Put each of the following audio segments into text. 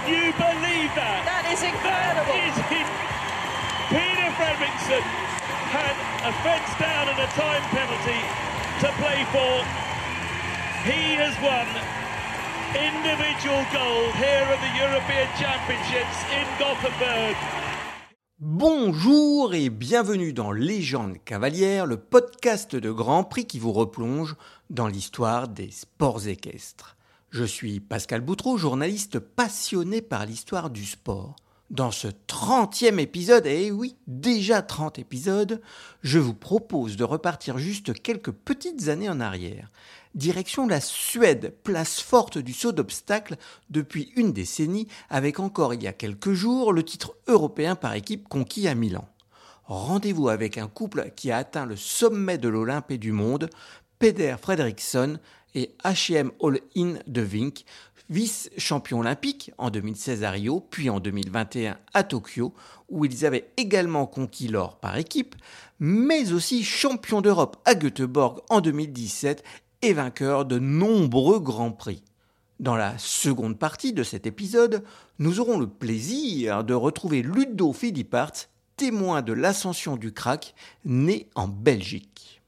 you believe that? That is incredible. Peter Fredriksson had a fence down and a time penalty to play for. He has won individual gold here at the European Championships in Gothenburg. Bonjour et bienvenue dans Légende cavalière, le podcast de Grand Prix qui vous replonge dans l'histoire des sports équestres. Je suis Pascal Boutreau, journaliste passionné par l'histoire du sport. Dans ce 30e épisode, et oui, déjà 30 épisodes, je vous propose de repartir juste quelques petites années en arrière. Direction la Suède, place forte du saut d'obstacles depuis une décennie, avec encore il y a quelques jours le titre européen par équipe conquis à Milan. Rendez-vous avec un couple qui a atteint le sommet de l'Olympe et du monde, Peder Fredriksson et H&M All-In de Vink, vice-champions olympiques en 2016 à Rio, puis en 2021 à Tokyo, où ils avaient également conquis l'or par équipe, mais aussi champions d'Europe à Göteborg en 2017 et vainqueurs de nombreux grands prix. Dans la seconde partie de cet épisode, nous aurons le plaisir de retrouver Ludo Filipaerts, témoin de l'ascension du crack, né en Belgique.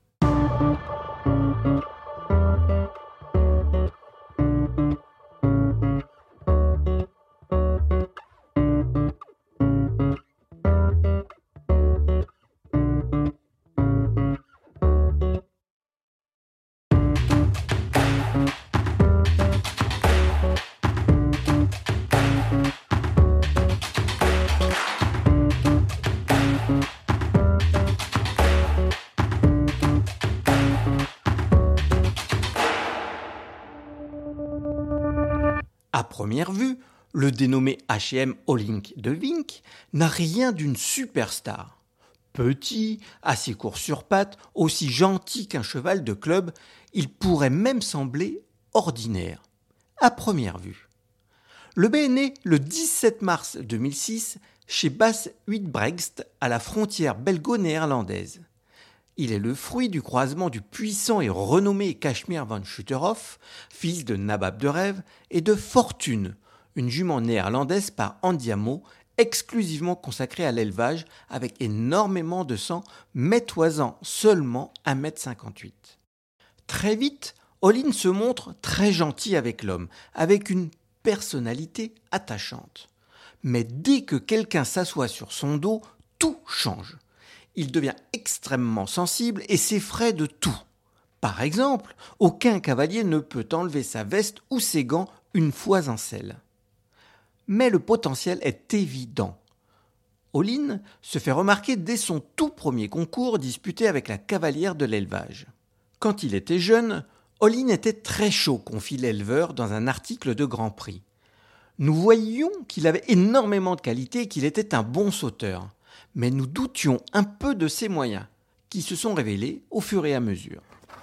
À première vue, le dénommé H&M All-In de Vink n'a rien d'une superstar. Petit, assez court sur pattes, aussi gentil qu'un cheval de club, il pourrait même sembler ordinaire. À première vue. Le B est né le 17 mars 2006 chez Bas Uitbrechts à la frontière belgo-néerlandaise. Il est le fruit du croisement du puissant et renommé Kashmir van Schutterhoff, fils de Nabab de Rêve, et de Fortune, une jument néerlandaise par Andiamo, exclusivement consacrée à l'élevage avec énormément de sang, mais toisant seulement 1,58 m. Très vite, All-In se montre très gentil avec l'homme, avec une personnalité attachante. Mais dès que quelqu'un s'assoit sur son dos, tout change. Il devient extrêmement sensible et s'effraie de tout. Par exemple, aucun cavalier ne peut enlever sa veste ou ses gants une fois en selle. Mais le potentiel est évident. All-In se fait remarquer dès son tout premier concours disputé avec la cavalière de l'élevage. Quand il était jeune, All-In était très chaud, confie l'éleveur dans un article de Grand Prix. Nous voyions qu'il avait énormément de qualité et qu'il était un bon sauteur. Mais nous doutions un peu de ses moyens, qui se sont révélés au fur et à mesure.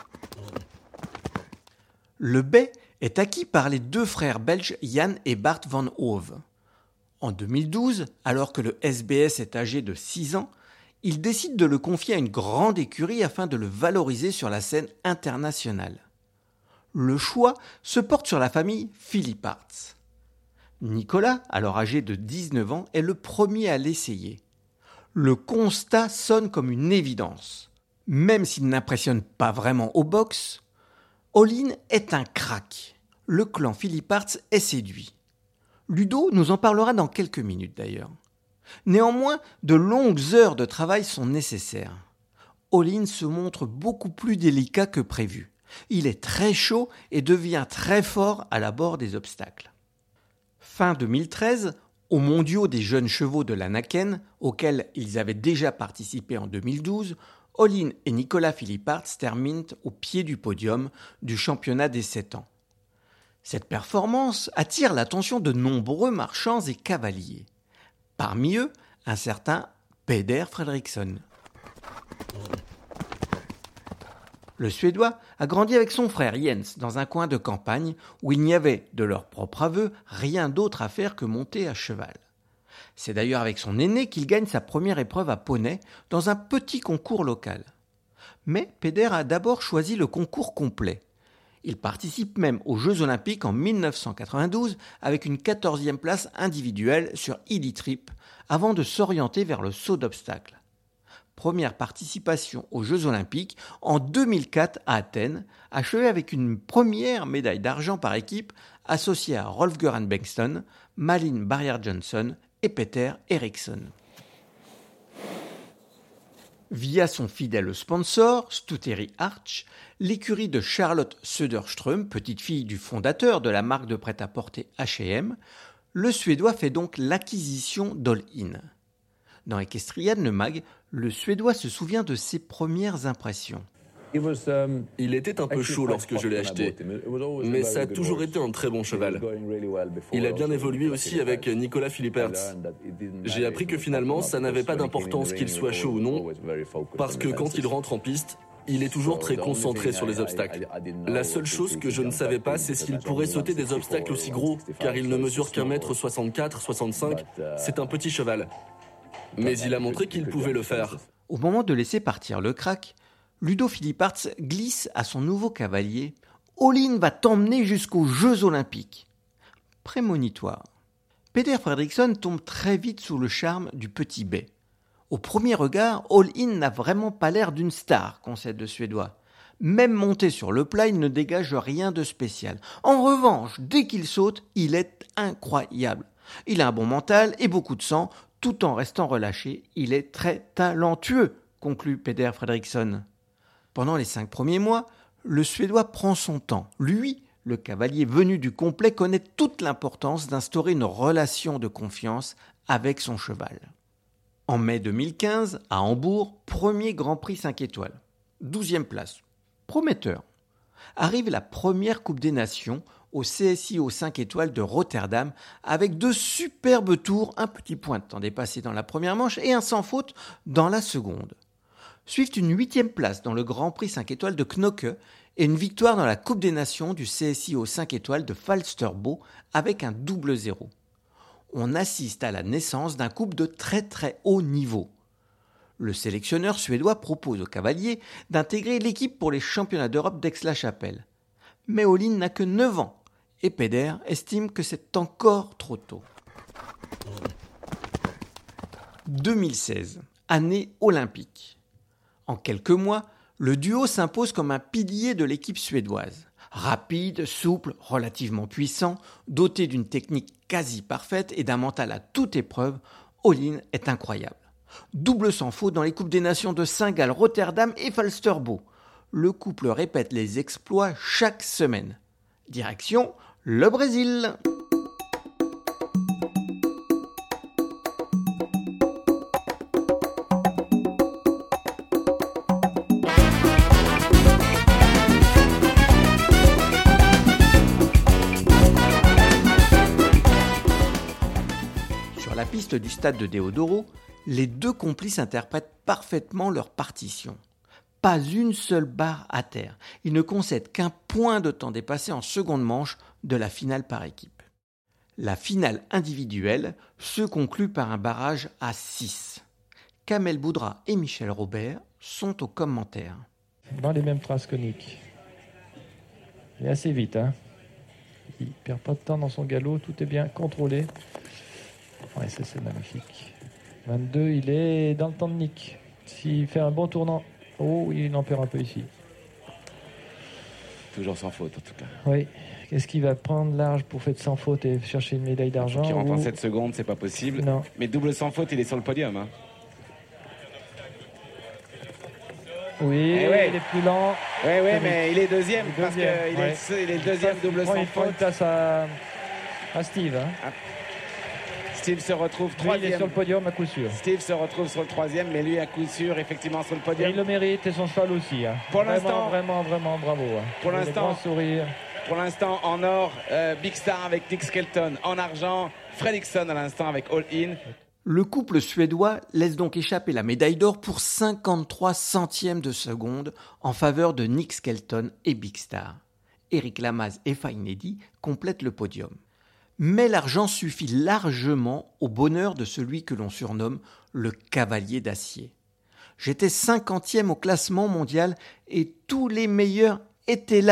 Le B est acquis par les deux frères belges Jan et Bart van Hove. En 2012, alors que le SBS est âgé de 6 ans, ils décident de le confier à une grande écurie afin de le valoriser sur la scène internationale. Le choix se porte sur la famille Filipaerts. Nicolas, alors âgé de 19 ans, est le premier à l'essayer. Le constat sonne comme une évidence. Même s'il n'impressionne pas vraiment au box, All-In est un crack. Le clan Filipaerts est séduit. Ludo nous en parlera dans quelques minutes d'ailleurs. Néanmoins, de longues heures de travail sont nécessaires. All-In se montre beaucoup plus délicat que prévu. Il est très chaud et devient très fort à l'abord des obstacles. Fin 2013, aux mondiaux des jeunes chevaux de l'Anaken, auxquels ils avaient déjà participé en 2012, All-In et Nicolas Filipaerts terminent au pied du podium du championnat des 7 ans. Cette performance attire l'attention de nombreux marchands et cavaliers. Parmi eux, un certain Peder Fredriksson. Le Suédois a grandi avec son frère Jens dans un coin de campagne où il n'y avait, de leur propre aveu, rien d'autre à faire que monter à cheval. C'est d'ailleurs avec son aîné qu'il gagne sa première épreuve à poney dans un petit concours local. Mais Peder a d'abord choisi le concours complet. Il participe même aux Jeux Olympiques en 1992 avec une 14e place individuelle sur Heady Trip avant de s'orienter vers le saut d'obstacles. Première participation aux Jeux Olympiques en 2004 à Athènes, achevée avec une première médaille d'argent par équipe associée à Rolf-Göran Bengtsson, Malin Barrière-Johnson et Peter Eriksson. Via son fidèle sponsor, Stutteri Arch, l'écurie de Charlotte Söderström, petite fille du fondateur de la marque de prêt-à-porter H&M, le Suédois fait donc l'acquisition d'All In. Dans Equestrian, le mag, le Suédois se souvient de ses premières impressions. Il était un peu chaud lorsque je l'ai acheté, mais ça a toujours été un très bon cheval. Il a bien évolué aussi avec Nicolas Philippert. J'ai appris que finalement, ça n'avait pas d'importance qu'il soit chaud ou non, parce que quand il rentre en piste, il est toujours très concentré sur les obstacles. La seule chose que je ne savais pas, c'est s'il pourrait sauter des obstacles aussi gros, car il ne mesure qu'1 m 64, 65, c'est un petit cheval. Mais il a montré qu'il pouvait le faire. Au moment de laisser partir le crack, Ludo Philipparts glisse à son nouveau cavalier « All In va t'emmener jusqu'aux Jeux Olympiques ». Prémonitoire. Peder Fredriksson tombe très vite sous le charme du petit Bay. Au premier regard, All In n'a vraiment pas l'air d'une star, concède le Suédois. Même monté sur le plat, il ne dégage rien de spécial. En revanche, dès qu'il saute, il est incroyable. Il a un bon mental et beaucoup de sang, tout en restant relâché. Il est très talentueux, conclut Peder Fredriksson. Pendant les 5 premiers mois, le Suédois prend son temps. Lui, le cavalier venu du complet, connaît toute l'importance d'instaurer une relation de confiance avec son cheval. En mai 2015, à Hambourg, premier Grand Prix 5 étoiles. 12e place. Prometteur. Arrive la première Coupe des Nations au CSIO 5 étoiles de Rotterdam avec 2 superbes tours, un petit point de temps dépassé dans la première manche et un sans faute dans la seconde. Suivent une 8e place dans le Grand Prix 5 étoiles de Knokke et une victoire dans la Coupe des Nations du CSIO 5 étoiles de Falsterbo avec un double 0. On assiste à la naissance d'un couple de très très haut niveau. Le sélectionneur suédois propose au cavalier d'intégrer l'équipe pour les championnats d'Europe d'Aix-la-Chapelle. Mais All In n'a que 9 ans et Peder estime que c'est encore trop tôt. 2016, année olympique. En quelques mois, le duo s'impose comme un pilier de l'équipe suédoise. Rapide, souple, relativement puissant, doté d'une technique quasi parfaite et d'un mental à toute épreuve, All In est incroyable. Double sans faute dans les Coupes des Nations de Saint-Gall, Rotterdam et Falsterbo. Le couple répète les exploits chaque semaine. Direction le Brésil. Sur la piste du stade de Deodoro, les 2 complices interprètent parfaitement leur partition. Pas une seule barre à terre. Ils ne concèdent qu'un point de temps dépassé en seconde manche de la finale par équipe. La finale individuelle se conclut par un barrage à 6. Kamel Boudra et Michel Robert sont aux commentaires. Dans les mêmes traces que Nick. Il est assez vite, hein. Il perd pas de temps dans son galop, tout est bien contrôlé. Ouais, ça c'est magnifique. 22, il est dans le temps de Nick. S'il fait un bon tournant, oh, il en perd un peu ici. Toujours sans faute en tout cas. Oui. Est-ce qu'il va prendre large pour faire sans faute et chercher une médaille d'argent? Qui rentre en 7 secondes, c'est pas possible. Non. Mais double sans faute, il est sur le podium. Hein. Oui, ouais. il est plus lent. Oui, mais il est deuxième, parce qu'il est le deuxième double sans Il prend une faute. place à Steve. Hein. Steve se retrouve Lui, il est troisième. sur le podium à coup sûr. Steve se retrouve sur le troisième, mais lui à coup sûr, effectivement, sur le Et podium. il le mérite et son cheval aussi. Hein. Pour vraiment, l'instant- vraiment bravo. Hein. Pour Il a des l'instant- grands sourires. Pour l'instant, en or, Big Star avec Nick Skelton. En argent, Fredriksson à l'instant avec All In. Le couple suédois laisse donc échapper la médaille d'or pour 53 centièmes de seconde en faveur de Nick Skelton et Big Star. Eric Lamaze et Fainédi complètent le podium. Mais l'argent suffit largement au bonheur de celui que l'on surnomme le cavalier d'acier. J'étais 50e au classement mondial et tous les meilleurs étaient là,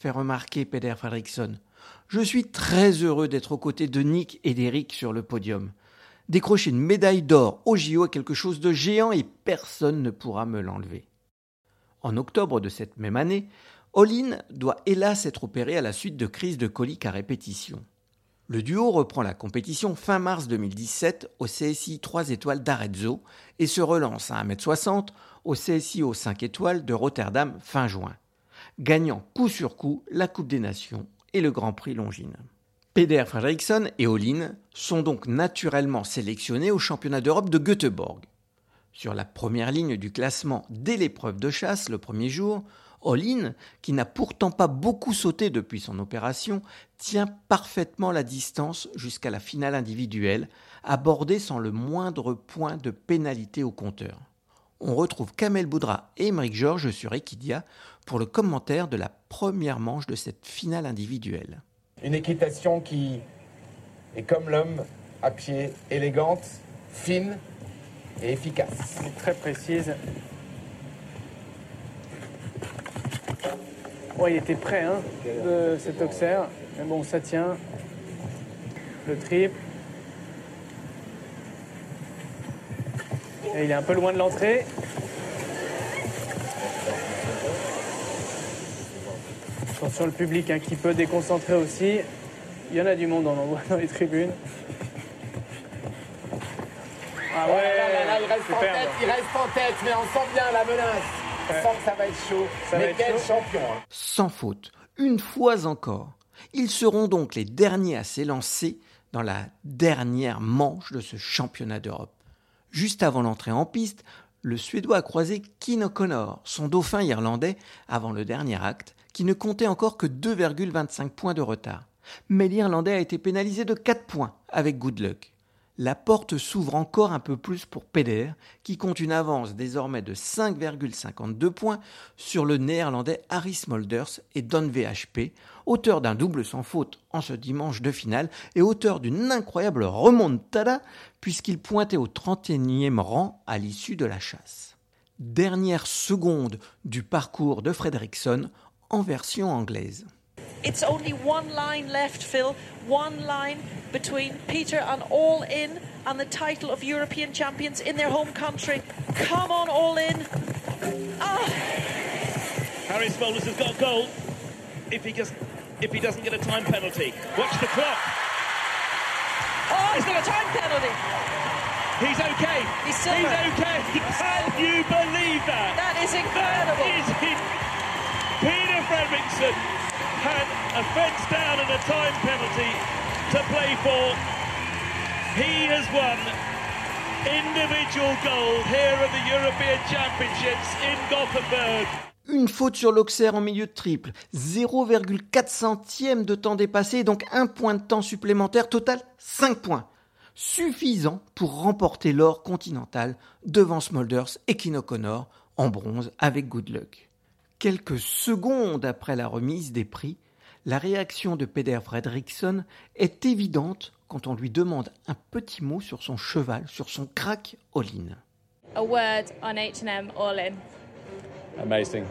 fait remarquer Peder Fredriksson. Je suis très heureux d'être aux côtés de Nick et d'Eric sur le podium. Décrocher une médaille d'or au JO est quelque chose de géant et personne ne pourra me l'enlever. En octobre de cette même année, Olin doit hélas être opéré à la suite de crises de coliques à répétition. Le duo reprend la compétition fin mars 2017 au CSI 3 étoiles d'Arezzo et se relance à 1m60 au CSIO 5 étoiles de Rotterdam fin juin, gagnant coup sur coup la Coupe des Nations et le Grand Prix Longines. Peder Fredriksson et Olin sont donc naturellement sélectionnés au championnat d'Europe de Göteborg. Sur la première ligne du classement dès l'épreuve de chasse le premier jour, Olin, qui n'a pourtant pas beaucoup sauté depuis son opération, tient parfaitement la distance jusqu'à la finale individuelle, abordée sans le moindre point de pénalité au compteur. On retrouve Kamel Boudra et Émeric Georges sur Equidia pour le commentaire de la première manche de cette finale individuelle. Une équitation qui est comme l'homme, à pied, élégante, fine et efficace. Très précise. Bon, il était prêt, de cet Auxerre. Mais bon, ça tient. Le triple. Et il est un peu loin de l'entrée. Attention le public qui peut déconcentrer aussi. Il y en a du monde, on en voit dans les tribunes. Ah ouais, là, il reste en tête, mais on sent bien la menace. On sent que ça va être chaud. Mais quel champion. Sans faute, une fois encore. Ils seront donc les derniers à s'élancer dans la dernière manche de ce championnat d'Europe. Juste avant l'entrée en piste, le Suédois a croisé Keane O'Connor, son dauphin irlandais, avant le dernier acte, qui ne comptait encore que 2,25 points de retard. Mais l'Irlandais a été pénalisé de 4 points avec Good Luck. La porte s'ouvre encore un peu plus pour Peder, qui compte une avance désormais de 5,52 points sur le Néerlandais Harry Smulders et Don VHP, auteur d'un double sans faute en ce dimanche de finale et auteur d'une incroyable remontada puisqu'il pointait au 31e rang à l'issue de la chasse. Dernière seconde du parcours de Fredriksson en version anglaise. It's only one line left, Phil. One line between Peter and All In and the title of European champions in their home country. Come on, All In. Ah! Harry Smulders has got gold if he doesn't get a time penalty. Watch the clock. Oh, he's got a time penalty. He's okay. He's silver. He's okay. Can you believe that? That is incredible. Peter Fredriksson had a fence down and a time penalty to play for. He has won individual gold here at the European Championships in Gothenburg. Une faute sur l'Auxerre en milieu de triple, 0,4 centième de temps dépassé, donc 1 point de temps supplémentaire, total 5 points. Suffisant pour remporter l'or continental devant Smulders et Keane O'Connor en bronze avec Good Luck. Quelques secondes après la remise des prix, la réaction de Peder Fredriksson est évidente quand on lui demande un petit mot sur son cheval, sur son crack all-in. A word on H&M all-in. Amazing.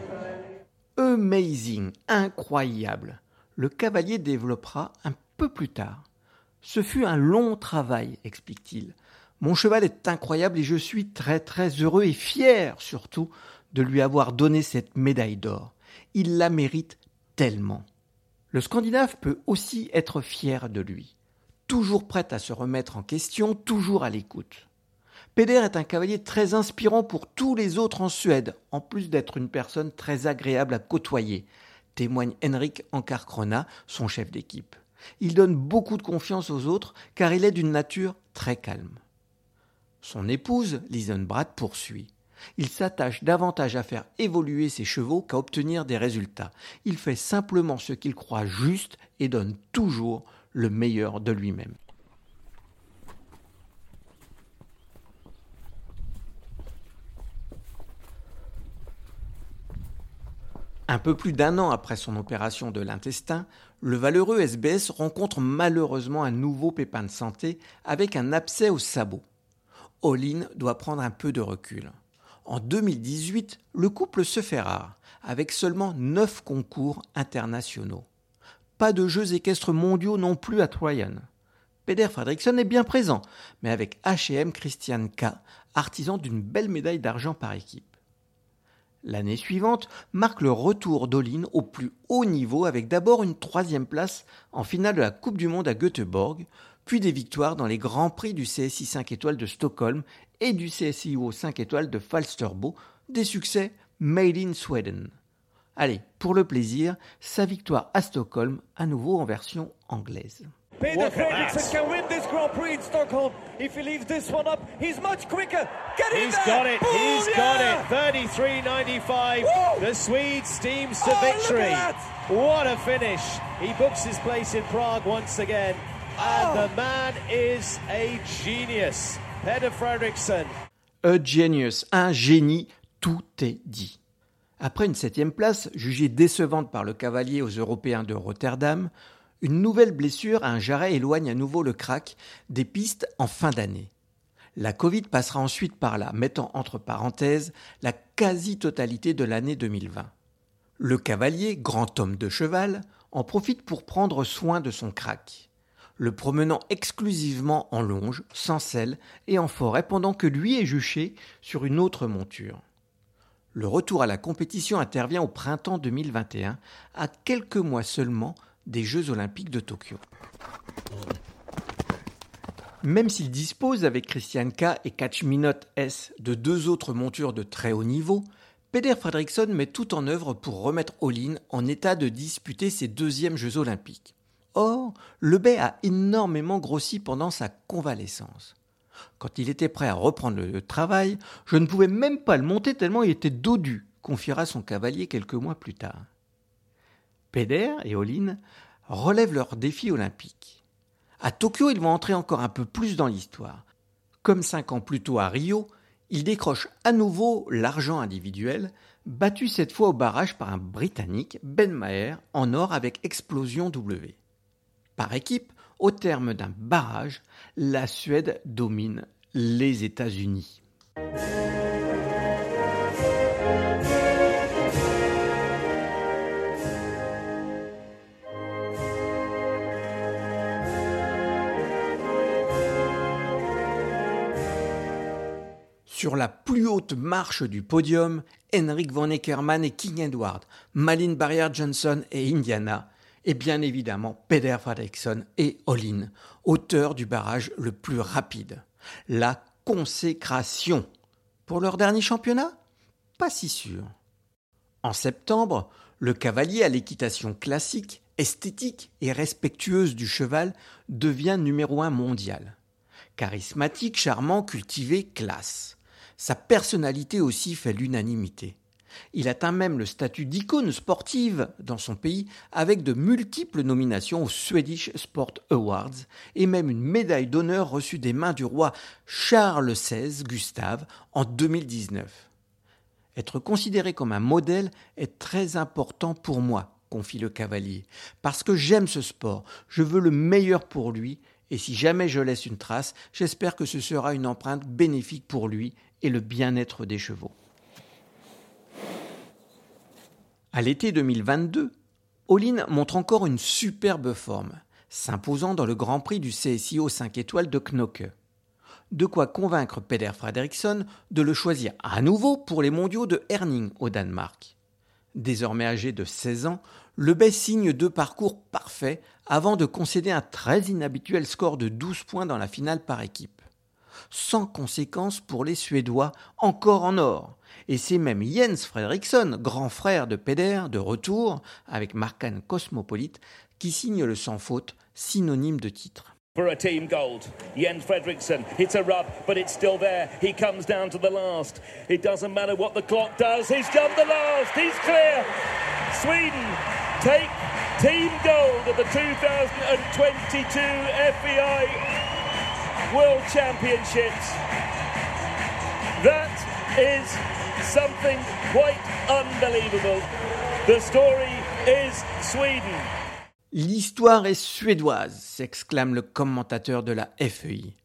Amazing, incroyable. Le cavalier développera un peu plus tard. Ce fut un long travail, explique-t-il. Mon cheval est incroyable et je suis très très heureux et fier surtout de lui avoir donné cette médaille d'or. Il la mérite tellement. Le Scandinave peut aussi être fier de lui. Toujours prêt à se remettre en question, toujours à l'écoute. Peder est un cavalier très inspirant pour tous les autres en Suède, en plus d'être une personne très agréable à côtoyer, témoigne Henrik Ankarkrona, son chef d'équipe. Il donne beaucoup de confiance aux autres car il est d'une nature très calme. Son épouse, Lisenbrad, poursuit. Il s'attache davantage à faire évoluer ses chevaux qu'à obtenir des résultats. Il fait simplement ce qu'il croit juste et donne toujours le meilleur de lui-même. Un peu plus d'1 an après son opération de l'intestin, le valeureux SBS rencontre malheureusement un nouveau pépin de santé avec un abcès au sabot. Olin doit prendre un peu de recul. En 2018, le couple se fait rare, avec seulement 9 concours internationaux. Pas de Jeux équestres mondiaux non plus à Troyan. Peder Fredriksson est bien présent, mais avec H&M Christian K, artisan d'une belle médaille d'argent par équipe. L'année suivante marque le retour d'Olin au plus haut niveau avec d'abord une 3e place en finale de la Coupe du Monde à Göteborg, puis des victoires dans les Grands Prix du CSI 5 étoiles de Stockholm et du CSIO 5 étoiles de Falsterbo, des succès made in Sweden. Allez, pour le plaisir, sa victoire à Stockholm, à nouveau en version anglaise. Peder Fredriksson can win this Grand Prix in Stockholm. If he leaves this one up, he's much quicker. Get in there! Got it. Boom, He's got it. 33.95. Woo! The Swede steams to victory. Look at that. What a finish. He books his place in Prague once again. And the man is a genius. Peder Fredriksson. A genius, un génie, tout est dit. Après une 7e place, jugée décevante par le cavalier aux Européens de Rotterdam, une nouvelle blessure à un jarret éloigne à nouveau le crack des pistes en fin d'année. La Covid passera ensuite par là, mettant entre parenthèses la quasi-totalité de l'année 2020. Le cavalier, grand homme de cheval, en profite pour prendre soin de son crack, le promenant exclusivement en longe, sans selle et en forêt pendant que lui est juché sur une autre monture. Le retour à la compétition intervient au printemps 2021, à quelques mois seulement des Jeux Olympiques de Tokyo. Même s'il dispose avec Christian K et Catch Minot S de 2 autres montures de très haut niveau, Peder Fredriksson met tout en œuvre pour remettre Olin en état de disputer ses 2e Jeux Olympiques. Or, le Bay a énormément grossi pendant sa convalescence. Quand il était prêt à reprendre le travail, je ne pouvais même pas le monter tellement il était dodu, confiera son cavalier quelques mois plus tard. Peder et Olin relèvent leur défi olympique. À Tokyo, ils vont entrer encore un peu plus dans l'histoire. Comme 5 ans plus tôt à Rio, ils décrochent à nouveau l'argent individuel, battu cette fois au barrage par un Britannique, Ben Maher, en or avec Explosion W. Par équipe, au terme d'un barrage, la Suède domine les États-Unis. Sur la plus haute marche du podium, Henrik von Eckermann et King Edward, Malin Barrière-Johnson et Indiana, et bien évidemment Peder Fredriksson et Olin, auteurs du barrage le plus rapide. La consécration. Pour leur dernier championnat ? Pas si sûr. En septembre, le cavalier à l'équitation classique, esthétique et respectueuse du cheval devient numéro 1 mondial. Charismatique, charmant, cultivé, classe. Sa personnalité aussi fait l'unanimité. Il atteint même le statut d'icône sportive dans son pays avec de multiples nominations aux Swedish Sport Awards et même une médaille d'honneur reçue des mains du roi Charles XVI Gustave en 2019. Être considéré comme un modèle est très important pour moi, confie le cavalier, parce que j'aime ce sport, je veux le meilleur pour lui et si jamais je laisse une trace, j'espère que ce sera une empreinte bénéfique pour lui et le bien-être des chevaux. À l'été 2022, Olin montre encore une superbe forme, s'imposant dans le Grand Prix du CSIO 5 étoiles de Knokke. De quoi convaincre Peder Fredriksson de le choisir à nouveau pour les mondiaux de Herning au Danemark. Désormais âgé de 16 ans, le Bay signe 2 parcours parfaits avant de concéder un très inhabituel score de 12 points dans la finale par équipe. Sans conséquence pour les Suédois, encore en or. Et c'est même Jens Fredriksson, grand frère de Peder, de retour, avec Marcan Cosmopolite, qui signe le sans faute, synonyme de titre. For a team gold, Jens Fredriksson hits a rub, but it's still there. He comes down to the last. It doesn't matter what the clock does. He's done the last. He's clear. Sweden take team gold at the 2022 FEI World Championships. That is something quite unbelievable. The story is Sweden. L'histoire est suédoise, s'exclame le commentateur de la FEI.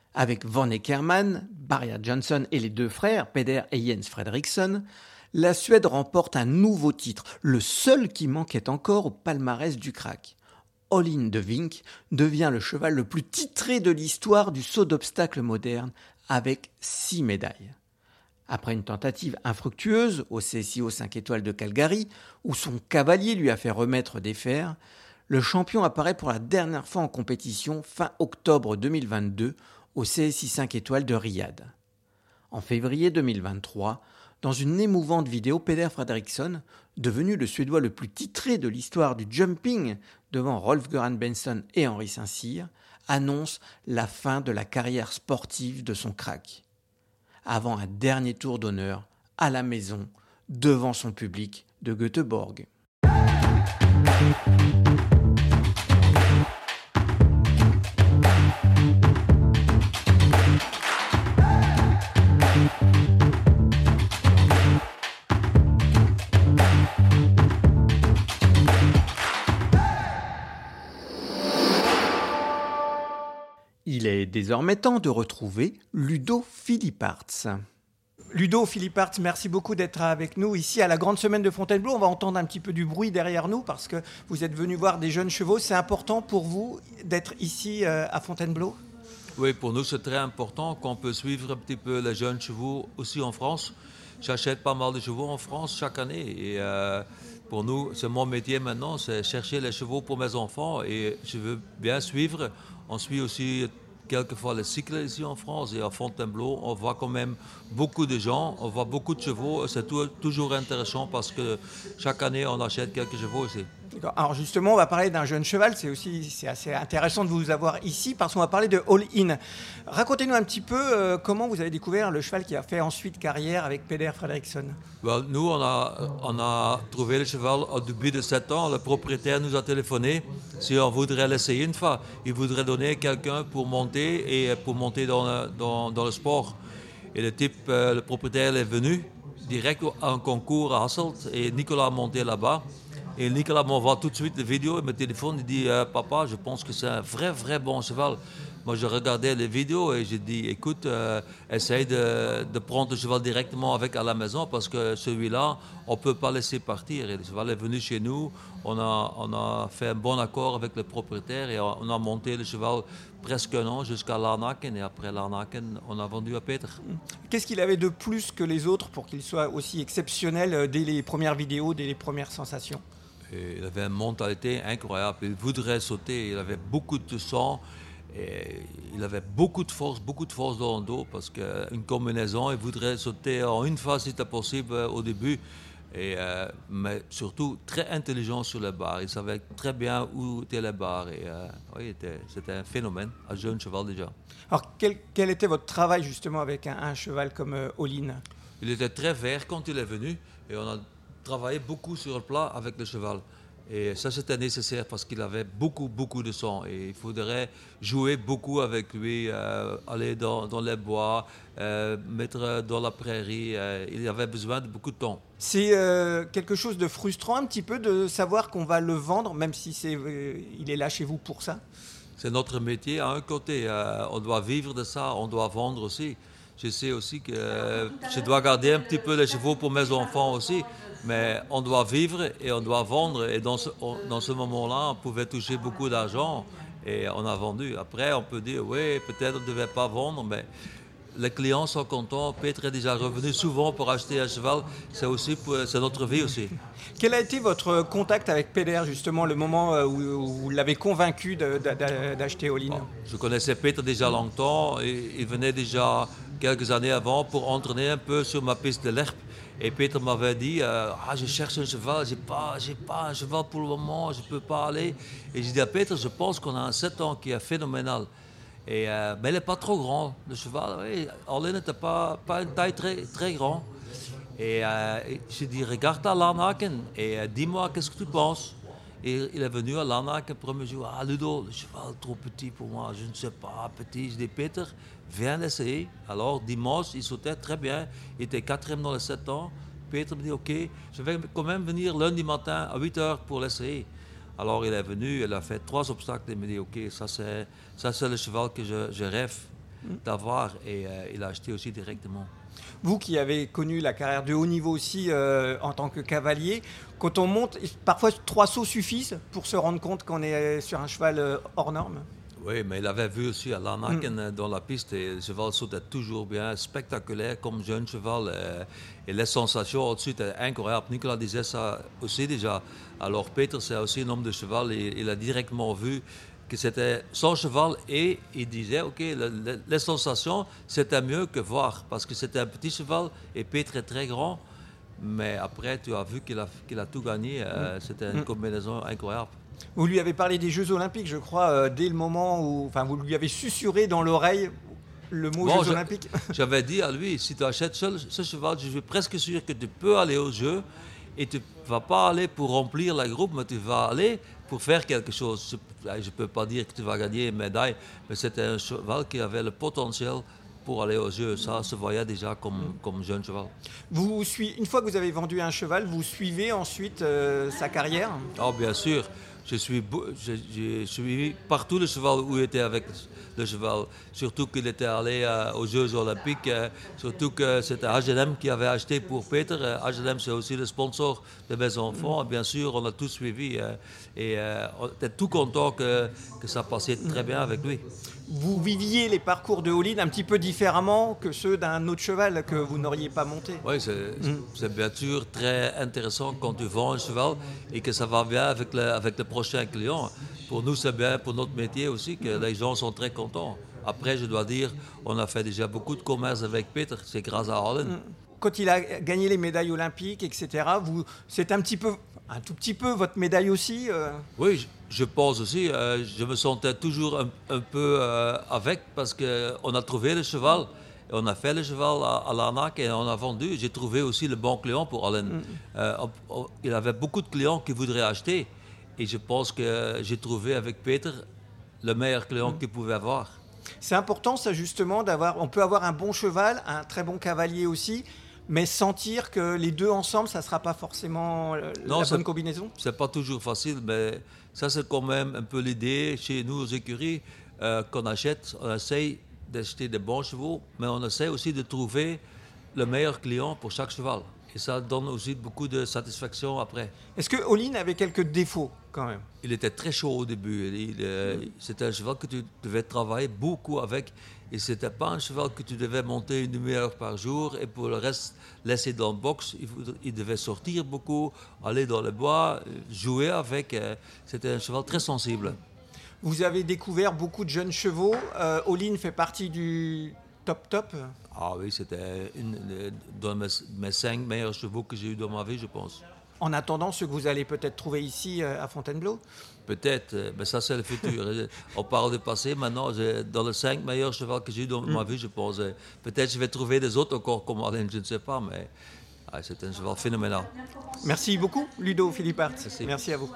Avec Van Eckermann, Barja Jonsson et les 2 frères, Peder et Jens Fredriksson, la Suède remporte un nouveau titre, le seul qui manquait encore au palmarès du crack. All In de Vink devient le cheval le plus titré de l'histoire du saut d'obstacles moderne avec 6 médailles. Après une tentative infructueuse au CSIO 5 étoiles de Calgary, où son cavalier lui a fait remettre des fers, le champion apparaît pour la dernière fois en compétition fin octobre 2022 au CSI 5 étoiles de Riyad. En février 2023, dans une émouvante vidéo, Peder Fredriksson, devenu le Suédois le plus titré de l'histoire du jumping devant Rolf-Göran Bengtsson et Henri Saint-Cyr, annonce la fin de la carrière sportive de son crack. Avant un dernier tour d'honneur à la maison, devant son public de Göteborg. Il est désormais temps de retrouver Ludo Philipparts. Ludo Philipparts, merci beaucoup d'être avec nous ici à la grande semaine de Fontainebleau. On va entendre un petit peu du bruit derrière nous parce que vous êtes venu voir des jeunes chevaux. C'est important pour vous d'être ici à Fontainebleau? Oui, pour nous c'est très important qu'on peut suivre un petit peu les jeunes chevaux aussi en France. J'achète pas mal de chevaux en France chaque année et pour nous, c'est mon métier maintenant, c'est chercher les chevaux pour mes enfants et je veux bien suivre. On suit aussi quelquefois les cycles ici en France et à Fontainebleau, on voit quand même beaucoup de gens, on voit beaucoup de chevaux. C'est toujours intéressant parce que chaque année, on achète quelques chevaux ici. D'accord. Alors justement, on va parler d'un jeune cheval. C'est assez intéressant de vous avoir ici parce qu'on va parler de All In. Racontez-nous un petit peu comment vous avez découvert le cheval qui a fait ensuite carrière avec Peder Fredriksson. Well, nous, on a trouvé le cheval au début de 7 ans. Le propriétaire nous a téléphoné si on voudrait l'essayer une fois. Il voudrait donner quelqu'un pour monter dans le sport. Et le propriétaire est venu direct à un concours à Hasselt et Nicolas a monté là-bas. Et Nicolas m'envoie tout de suite la vidéo et me téléphone. Il dit Papa, je pense que c'est un vrai bon cheval. Moi, je regardais les vidéos et j'ai dit écoute, essaye de prendre le cheval directement avec à la maison parce que celui-là, on ne peut pas laisser partir. Et le cheval est venu chez nous. On a fait un bon accord avec le propriétaire et on a monté le cheval presque un an jusqu'à Larnaken. Et après Larnaken, on a vendu à Peter. Qu'est-ce qu'il avait de plus que les autres pour qu'il soit aussi exceptionnel dès les premières vidéos, dès les premières sensations? Et il avait une mentalité incroyable. Il voudrait sauter. Il avait beaucoup de sang. Et il avait beaucoup de force dans le dos parce qu'une combinaison, il voudrait sauter en une fois si c'était possible au début. Mais surtout très intelligent sur les barres. Il savait très bien où étaient les barres. Oui, c'était un phénomène, un jeune cheval déjà. Alors quel était votre travail justement avec un cheval comme All In? Il était très vert quand il est venu et on a travaillé beaucoup sur le plat avec le cheval. Et ça, c'était nécessaire parce qu'il avait beaucoup de sang. Et il faudrait jouer beaucoup avec lui, aller dans les bois, mettre dans la prairie. Il avait besoin de beaucoup de temps. C'est quelque chose de frustrant un petit peu de savoir qu'on va le vendre, même si il est là chez vous pour ça? C'est notre métier. À un côté, on doit vivre de ça, on doit vendre aussi. Je sais aussi que je dois garder un petit peu les chevaux pour mes enfants aussi. Mais on doit vivre et on doit vendre. Et dans ce moment-là, on pouvait toucher beaucoup d'argent et on a vendu. Après, on peut dire, oui, peut-être on ne devait pas vendre, mais les clients sont contents. Peter est déjà revenu souvent pour acheter un cheval. C'est notre vie aussi. Quel a été votre contact avec Peder, justement, le moment où vous l'avez convaincu d'acheter All In? Bon, je connaissais Peter déjà longtemps. Et il venait déjà quelques années avant pour entraîner un peu sur ma piste de l'herbe. Et Peter m'avait dit, je cherche un cheval, j'ai pas un cheval pour le moment, je ne peux pas aller. Et j'ai dit à Peter, je pense qu'on a un 7 ans qui est phénoménal. Mais il n'est pas trop grand, le cheval. Oui, All In n'était pas une taille très grande. Et j'ai dit, regarde à Larnaken et dis-moi qu'est-ce que tu penses. Et il est venu à Larnaken le premier jour. Ludo, le cheval est trop petit pour moi, je ne sais pas, petit. Je dis, Peter, viens l'essayer. Alors, dimanche, il sautait très bien. Il était 4e dans les 7 ans. Peter me dit, OK, je vais quand même venir lundi matin à 8h pour l'essayer. Alors, il est venu, il a fait 3 obstacles. Il me dit, OK, ça c'est le cheval que je rêve. d'avoir et il a acheté aussi directement. Vous qui avez connu la carrière de haut niveau aussi en tant que cavalier, quand on monte, parfois 3 sauts suffisent pour se rendre compte qu'on est sur un cheval hors norme. Oui, mais il avait vu aussi à Larnaken dans la piste et le cheval sautait toujours bien, spectaculaire comme jeune cheval et les sensations au-dessus étaient incroyables. Nicolas disait ça aussi déjà. Alors Peter, c'est aussi un homme de cheval et il a directement vu que c'était son cheval et il disait, ok, les sensations, c'était mieux que voir parce que c'était un petit cheval et Peter est très grand. Mais après, tu as vu qu'il a tout gagné. C'était une combinaison incroyable. Vous lui avez parlé des Jeux Olympiques, je crois, dès le moment où... Enfin, vous lui avez susurré dans l'oreille le mot Jeux Olympiques. J'avais dit à lui, si tu achètes ce cheval, je suis presque sûr que tu peux aller aux Jeux et tu ne vas pas aller pour remplir la groupe, mais tu vas aller pour faire quelque chose. Je ne peux pas dire que tu vas gagner une médaille, mais c'était un cheval qui avait le potentiel pour aller aux Jeux. Ça se voyait déjà comme jeune cheval. Une fois que vous avez vendu un cheval, vous suivez ensuite sa carrière ? Oh, bien sûr. J'ai suivi partout le cheval où il était avec le cheval. Surtout qu'il était allé aux Jeux Olympiques. Surtout que c'était H&M qui avait acheté pour Peter. H&M, c'est aussi le sponsor de mes enfants. Bien sûr, on a tout suivi. Et on était tout content que ça passait très bien avec lui. Vous viviez les parcours de All-in un petit peu différemment que ceux d'un autre cheval que vous n'auriez pas monté. Oui, c'est bien sûr très intéressant quand tu vends un cheval et que ça va bien avec le prochain client. Pour nous, c'est bien pour notre métier aussi que les gens sont très contents. Après, je dois dire, on a fait déjà beaucoup de commerce avec Peter, c'est grâce à All-in. Quand il a gagné les médailles olympiques, etc., c'est un tout petit peu votre médaille aussi Oui, je pense aussi. Je me sentais toujours un peu avec parce qu'on a trouvé le cheval. Et on a fait le cheval à l'arnaque et on a vendu. J'ai trouvé aussi le bon client pour All-in. Il avait beaucoup de clients qui voudraient acheter. Et je pense que j'ai trouvé avec Peter le meilleur client qu'il pouvait avoir. C'est important ça justement on peut avoir un bon cheval, un très bon cavalier aussi, mais sentir que les deux ensemble, ça ne sera pas forcément la bonne combinaison. C'est pas toujours facile, mais ça c'est quand même un peu l'idée chez nous aux écuries qu'on achète, on essaye d'acheter des bons chevaux, mais on essaie aussi de trouver le meilleur client pour chaque cheval. Et ça donne aussi beaucoup de satisfaction après. Est-ce que All-in avait quelques défauts quand même ? Il était très chaud au début. C'était un cheval que tu devais travailler beaucoup avec. Et ce n'était pas un cheval que tu devais monter 1 demi-heure par jour et pour le reste laisser dans le box. Il devait sortir beaucoup, aller dans le bois, jouer avec. C'était un cheval très sensible. Vous avez découvert beaucoup de jeunes chevaux. All-in fait partie du top. Ah oui, c'était dans mes 5 meilleurs chevaux que j'ai eu dans ma vie, je pense. En attendant ceux que vous allez peut-être trouver ici à Fontainebleau ? Peut-être, mais ça c'est le futur. On parle du passé, maintenant, dans les 5 meilleurs chevaux que j'ai eu dans ma vie, je pense. Peut-être je vais trouver des autres encore comme All-in, je ne sais pas, mais c'est un cheval phénoménal. Merci beaucoup, Ludo Philippart. Merci à vous.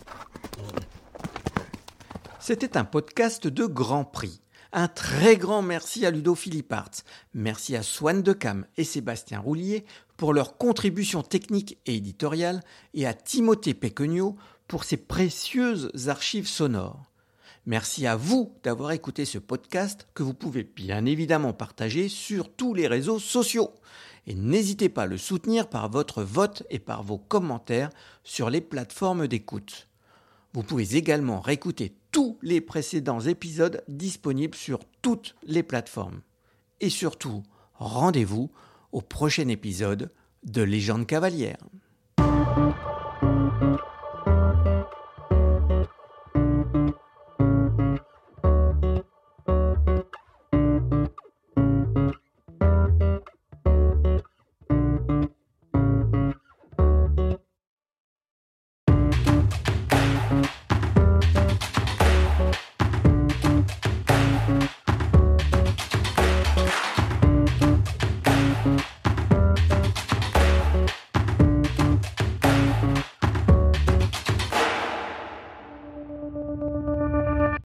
C'était un podcast de Grand Prix. Un très grand merci à Ludo Philippart. Merci à Swan Decam et Sébastien Roulier pour leur contribution technique et éditoriale et à Timothée Péquenio pour ses précieuses archives sonores. Merci à vous d'avoir écouté ce podcast que vous pouvez bien évidemment partager sur tous les réseaux sociaux. Et n'hésitez pas à le soutenir par votre vote et par vos commentaires sur les plateformes d'écoute. Vous pouvez également réécouter tous les précédents épisodes disponibles sur toutes les plateformes. Et surtout, rendez-vous au prochain épisode de Légende cavalière.